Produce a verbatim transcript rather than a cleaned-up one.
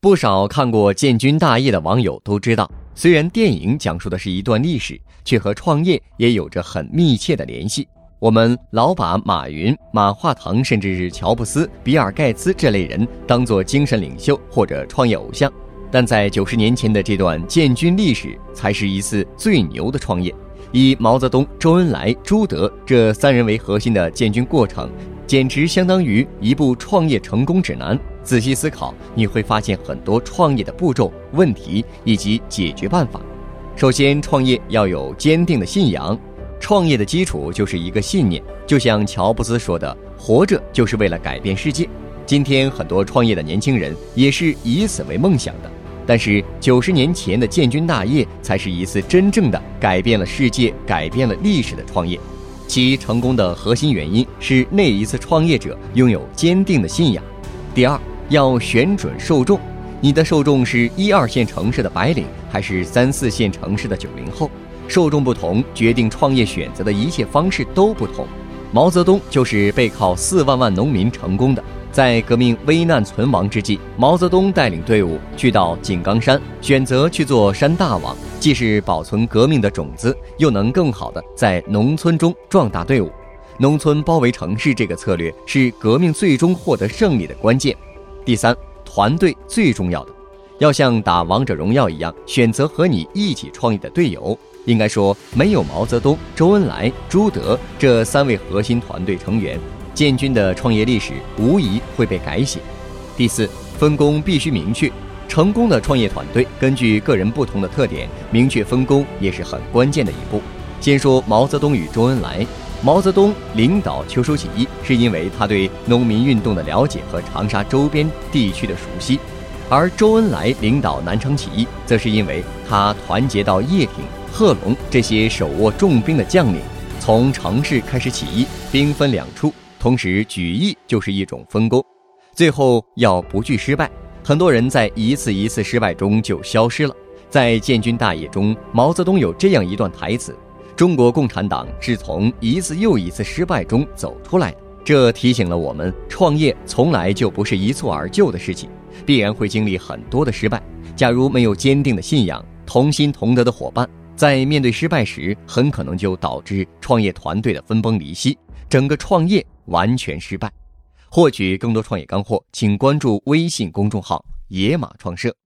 不少看过建军大业的网友都知道，虽然电影讲述的是一段历史，却和创业也有着很密切的联系。我们老把马云、马化腾甚至是乔布斯、比尔盖茨这类人当作精神领袖或者创业偶像，但在九十年前的这段建军历史才是一次最牛的创业。以毛泽东、周恩来、朱德这三人为核心的建军过程，简直相当于一部创业成功指南。仔细思考，你会发现很多创业的步骤、问题以及解决办法。首先，创业要有坚定的信仰。创业的基础就是一个信念，就像乔布斯说的，活着就是为了改变世界。今天很多创业的年轻人也是以此为梦想的。但是九十年前的建军大业才是一次真正的改变了世界、改变了历史的创业。其成功的核心原因是那一次创业者拥有坚定的信仰。第二，要选准受众。你的受众是一二线城市的白领，还是三四线城市的九零后？受众不同，决定创业选择的一切方式都不同。毛泽东就是背靠四万万农民成功的。在革命危难存亡之际，毛泽东带领队伍去到井冈山，选择去做山大王，既是保存革命的种子，又能更好地在农村中壮大队伍。农村包围城市这个策略是革命最终获得胜利的关键。第三，团队最重要的，要像打王者荣耀一样，选择和你一起创业的队友。应该说，没有毛泽东、周恩来、朱德这三位核心团队成员，建军的创业历史无疑会被改写。第四，分工必须明确。成功的创业团队根据个人不同的特点，明确分工也是很关键的一步。先说毛泽东与周恩来。毛泽东领导秋收起义，是因为他对农民运动的了解和长沙周边地区的熟悉；而周恩来领导南昌起义，则是因为他团结到叶挺、贺龙这些手握重兵的将领，从城市开始起义，兵分两处，同时举义就是一种分工。最后要不惧失败，很多人在一次一次失败中就消失了。在建军大业中，毛泽东有这样一段台词：中国共产党是从一次又一次失败中走出来的。这提醒了我们，创业从来就不是一蹴而就的事情，必然会经历很多的失败。假如没有坚定的信仰、同心同德的伙伴，在面对失败时，很可能就导致创业团队的分崩离析，整个创业完全失败。获取更多创业干货，请关注微信公众号野马创社。